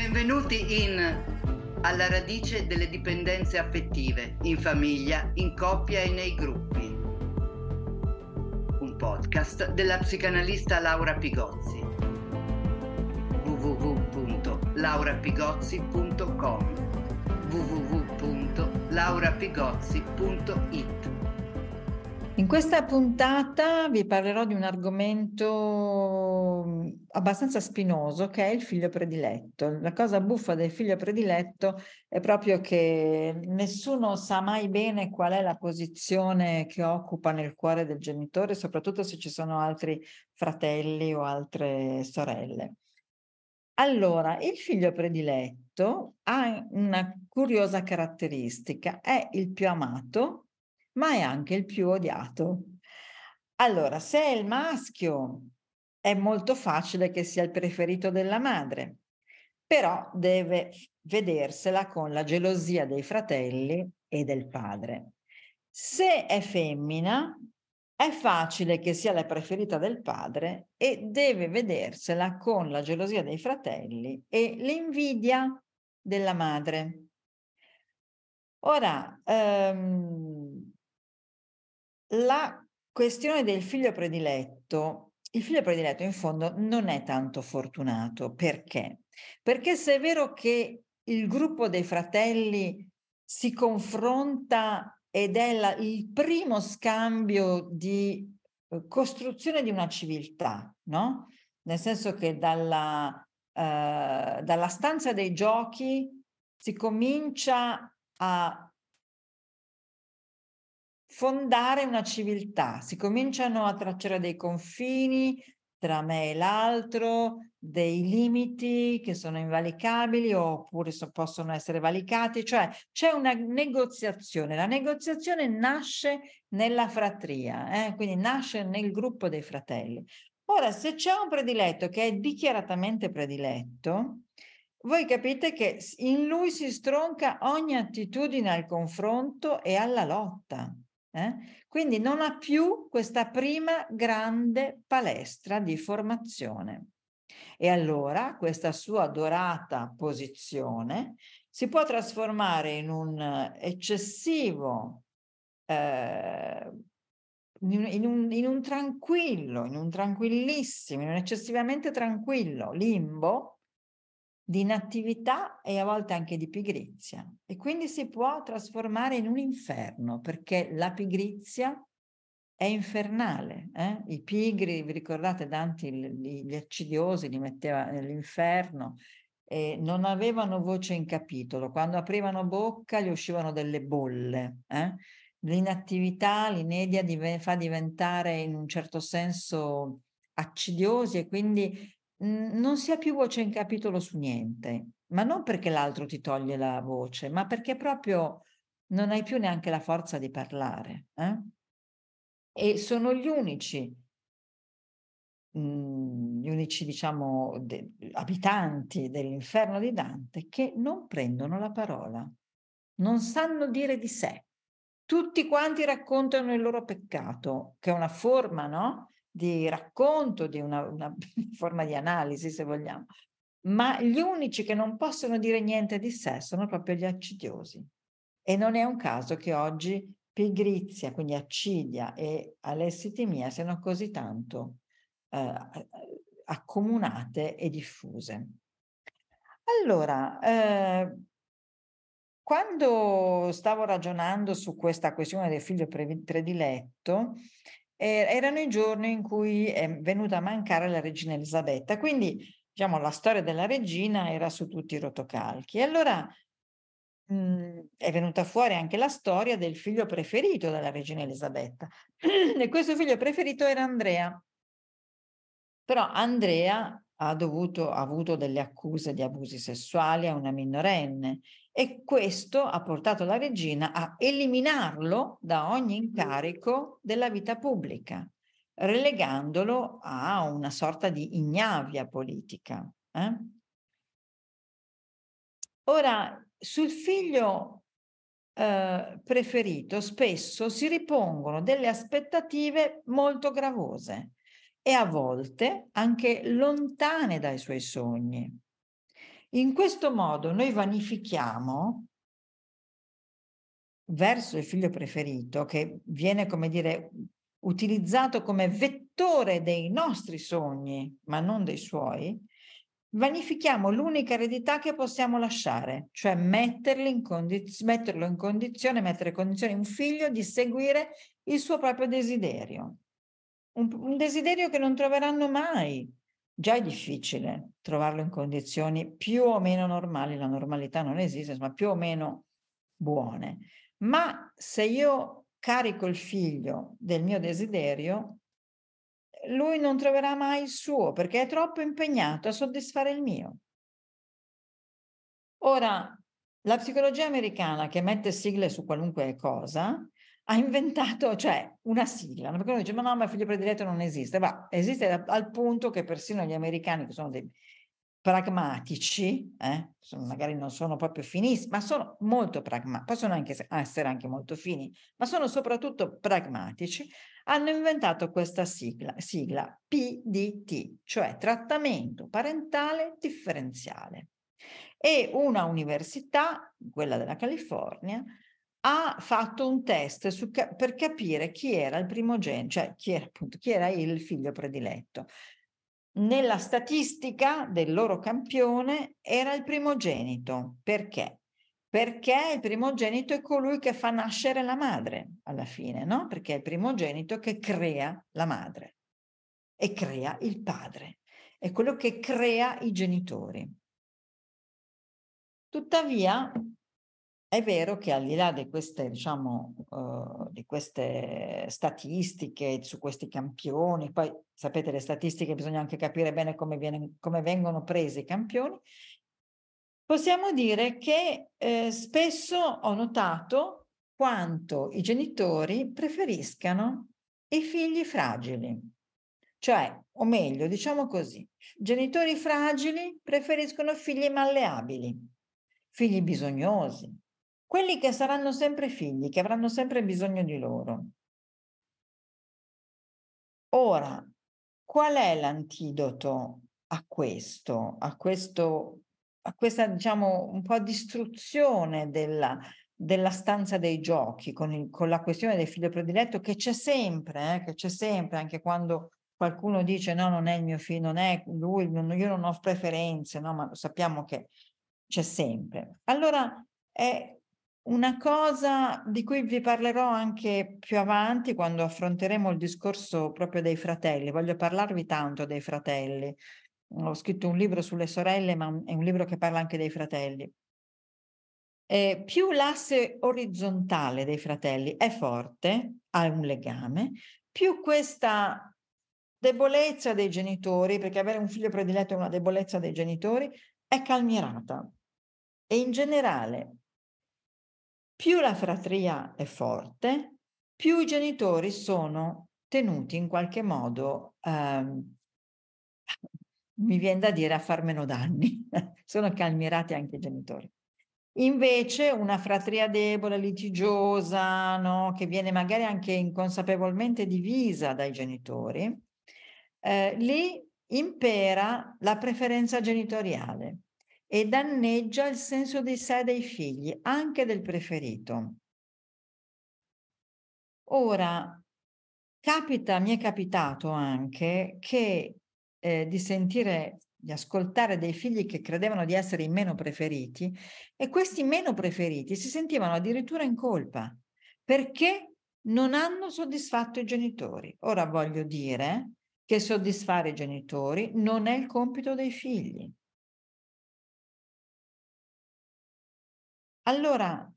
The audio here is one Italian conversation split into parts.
Benvenuti in Alla radice delle dipendenze affettive, in famiglia, in coppia e nei gruppi. Un podcast della psicanalista Laura Pigozzi. www.laurapigozzi.com www.laurapigozzi.it. In questa puntata vi parlerò di un argomento abbastanza spinoso, che è il figlio prediletto. La cosa buffa del figlio prediletto è proprio che nessuno sa mai bene qual è la posizione che occupa nel cuore del genitore, soprattutto se ci sono altri fratelli o altre sorelle. Allora, il figlio prediletto ha una curiosa caratteristica: è il più amato, ma è anche il più odiato. Allora, se è il maschio, è molto facile che sia il preferito della madre, però deve vedersela con la gelosia dei fratelli e del padre. Se è femmina, è facile che sia la preferita del padre e deve vedersela con la gelosia dei fratelli e l'invidia della madre. Ora, la questione del figlio prediletto, il figlio prediletto in fondo non è tanto fortunato. Perché? Perché se è vero che il gruppo dei fratelli si confronta ed è il primo scambio di costruzione di una civiltà, no? Nel senso che dalla stanza dei giochi si comincia a fondare una civiltà, si cominciano a tracciare dei confini tra me e l'altro, dei limiti che sono invalicabili oppure possono essere valicati, cioè c'è una negoziazione. La negoziazione nasce nella fratria, quindi nasce nel gruppo dei fratelli. Ora, se c'è un prediletto che è dichiaratamente prediletto, voi capite che in lui si stronca ogni attitudine al confronto e alla lotta. Quindi non ha più questa prima grande palestra di formazione. E allora questa sua dorata posizione si può trasformare in un eccessivo, in un tranquillo, in un tranquillissimo, in un eccessivamente tranquillo limbo di inattività e a volte anche di pigrizia, e quindi si può trasformare in un inferno, perché la pigrizia è infernale. I pigri, vi ricordate, Dante gli accidiosi li metteva nell'inferno e non avevano voce in capitolo, quando aprivano bocca gli uscivano delle bolle. L'inattività, l'inedia fa diventare in un certo senso accidiosi, e quindi non si ha più voce in capitolo su niente, ma non perché l'altro ti toglie la voce, ma perché proprio non hai più neanche la forza di parlare. E sono gli unici, diciamo, abitanti dell'inferno di Dante che non prendono la parola, non sanno dire di sé. Tutti quanti raccontano il loro peccato, che è una forma, no? Di racconto, di una forma di analisi, se vogliamo. Ma gli unici che non possono dire niente di sé sono proprio gli accidiosi. E non è un caso che oggi pigrizia, quindi accidia, e alessitimia siano così tanto accomunate e diffuse. Allora, quando stavo ragionando su questa questione del figlio prediletto, erano i giorni in cui è venuta a mancare la regina Elisabetta, quindi diciamo la storia della regina era su tutti i rotocalchi. E allora è venuta fuori anche la storia del figlio preferito della regina Elisabetta e questo figlio preferito era Andrea. Però Andrea ha avuto delle accuse di abusi sessuali a una minorenne, e questo ha portato la regina a eliminarlo da ogni incarico della vita pubblica, relegandolo a una sorta di ignavia politica. Ora, sul figlio preferito spesso si ripongono delle aspettative molto gravose e a volte anche lontane dai suoi sogni. In questo modo noi vanifichiamo verso il figlio preferito, che viene, come dire, utilizzato come vettore dei nostri sogni, ma non dei suoi, vanifichiamo l'unica eredità che possiamo lasciare, cioè metterlo in condizione, mettere in condizione un figlio di seguire il suo proprio desiderio. Un desiderio che non troveranno mai. Già è difficile trovarlo in condizioni più o meno normali, la normalità non esiste, ma più o meno buone. Ma se io carico il figlio del mio desiderio, lui non troverà mai il suo perché è troppo impegnato a soddisfare il mio. Ora, la psicologia americana, che mette sigle su qualunque cosa, ha inventato, cioè, una sigla, perché uno dice, ma no, ma il figlio prediletto non esiste. Ma esiste al punto che persino gli americani, che sono dei pragmatici, magari non sono proprio finissimi, ma sono molto pragmatici, possono anche essere anche molto fini, ma sono soprattutto pragmatici, hanno inventato questa sigla PDT, cioè trattamento parentale differenziale. E una università, quella della California, ha fatto un test per capire chi era il primogenito, cioè chi era il figlio prediletto. Nella statistica del loro campione era il primogenito. Perché? Perché il primogenito è colui che fa nascere la madre alla fine, no? Perché è il primogenito che crea la madre e crea il padre, è quello che crea i genitori. Tuttavia, è vero che al di là di queste, diciamo, di queste statistiche su questi campioni, poi sapete le statistiche bisogna anche capire bene come vengono presi i campioni, possiamo dire che spesso ho notato quanto i genitori preferiscano i figli fragili. Cioè, o meglio, diciamo così, genitori fragili preferiscono figli malleabili, figli bisognosi, quelli che saranno sempre figli, che avranno sempre bisogno di loro. Ora, qual è l'antidoto a questo, a questa, diciamo, un po' distruzione della stanza dei giochi con la questione del figlio prediletto che c'è sempre, anche quando qualcuno dice no, non è il mio figlio, non è lui, io non ho preferenze, no, ma sappiamo che c'è sempre. Allora, è una cosa di cui vi parlerò anche più avanti quando affronteremo il discorso proprio dei fratelli. Voglio parlarvi tanto dei fratelli. Ho scritto un libro sulle sorelle, ma è un libro che parla anche dei fratelli. Più l'asse orizzontale dei fratelli è forte, ha un legame, più questa debolezza dei genitori, perché avere un figlio prediletto è una debolezza dei genitori, è calmierata. E in generale, più la fratria è forte, più i genitori sono tenuti in qualche modo, mi viene da dire, a far meno danni. Sono calmierati anche i genitori. Invece una fratria debole, litigiosa, no? Che viene magari anche inconsapevolmente divisa dai genitori, lì impera la preferenza genitoriale e danneggia il senso di sé dei figli, anche del preferito. Ora, mi è capitato anche che di ascoltare dei figli che credevano di essere i meno preferiti e questi meno preferiti si sentivano addirittura in colpa perché non hanno soddisfatto i genitori. Ora voglio dire che soddisfare i genitori non è il compito dei figli. Allora,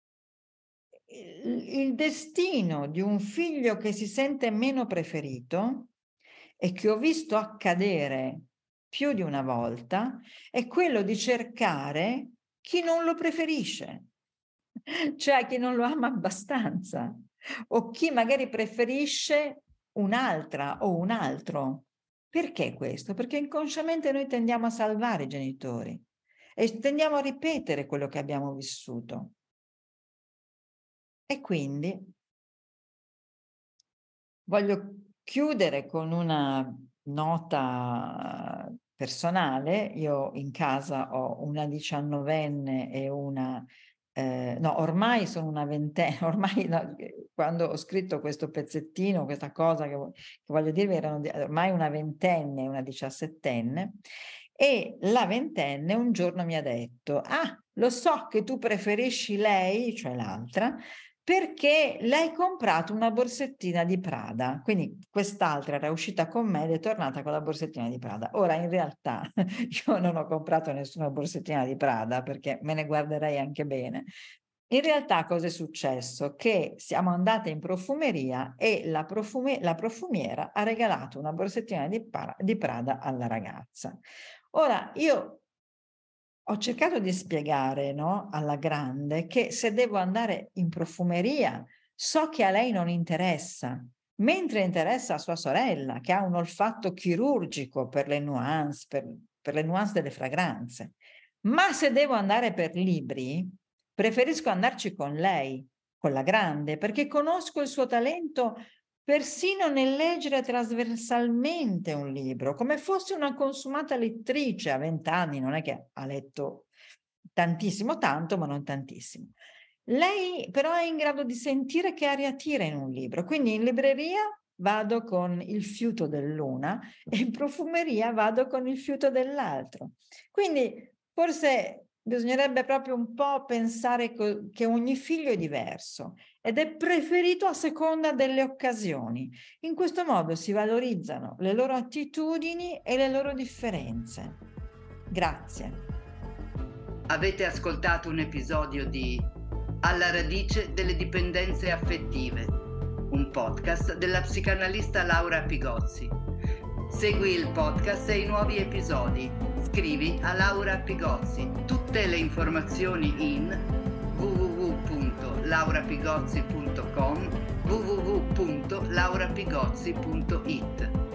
il destino di un figlio che si sente meno preferito e che ho visto accadere più di una volta è quello di cercare chi non lo preferisce, cioè chi non lo ama abbastanza o chi magari preferisce un'altra o un altro. Perché questo? Perché inconsciamente noi tendiamo a salvare i genitori e tendiamo a ripetere quello che abbiamo vissuto. E quindi voglio chiudere con una nota personale. Io in casa ho una 19enne e una no, ormai sono una ventenne, ormai no, quando ho scritto questo pezzettino, questa cosa che voglio dirvi, erano ormai una ventenne e una 17enne, e la ventenne un giorno mi ha detto: ah, lo so che tu preferisci lei, cioè l'altra, perché lei ha comprato una borsettina di Prada. Quindi quest'altra era uscita con me ed è tornata con la borsettina di Prada. Ora, in realtà, io non ho comprato nessuna borsettina di Prada perché me ne guarderei anche bene. In realtà cosa è successo? Che siamo andate in profumeria e la profumiera ha regalato una borsettina di Prada alla ragazza. Ora, io ho cercato di spiegare, no, alla grande che se devo andare in profumeria so che a lei non interessa, mentre interessa a sua sorella, che ha un olfatto chirurgico per le nuance, per le nuance delle fragranze. Ma se devo andare per libri, preferisco andarci con lei, con la grande, perché conosco il suo talento persino nel leggere trasversalmente un libro, come fosse una consumata lettrice a 20 anni, non è che ha letto tantissimo, tanto, ma non tantissimo. Lei però è in grado di sentire che aria tira in un libro, quindi in libreria vado con il fiuto dell'una e in profumeria vado con il fiuto dell'altro. Quindi forse bisognerebbe proprio un po' pensare che ogni figlio è diverso ed è preferito a seconda delle occasioni. In questo modo si valorizzano le loro attitudini e le loro differenze. Grazie. Avete ascoltato un episodio di Alla radice delle dipendenze affettive, un podcast della psicanalista Laura Pigozzi. Segui il podcast e i nuovi episodi. Scrivi a Laura Pigozzi. Tutte le informazioni in www.laurapigozzi.com, www.laurapigozzi.it.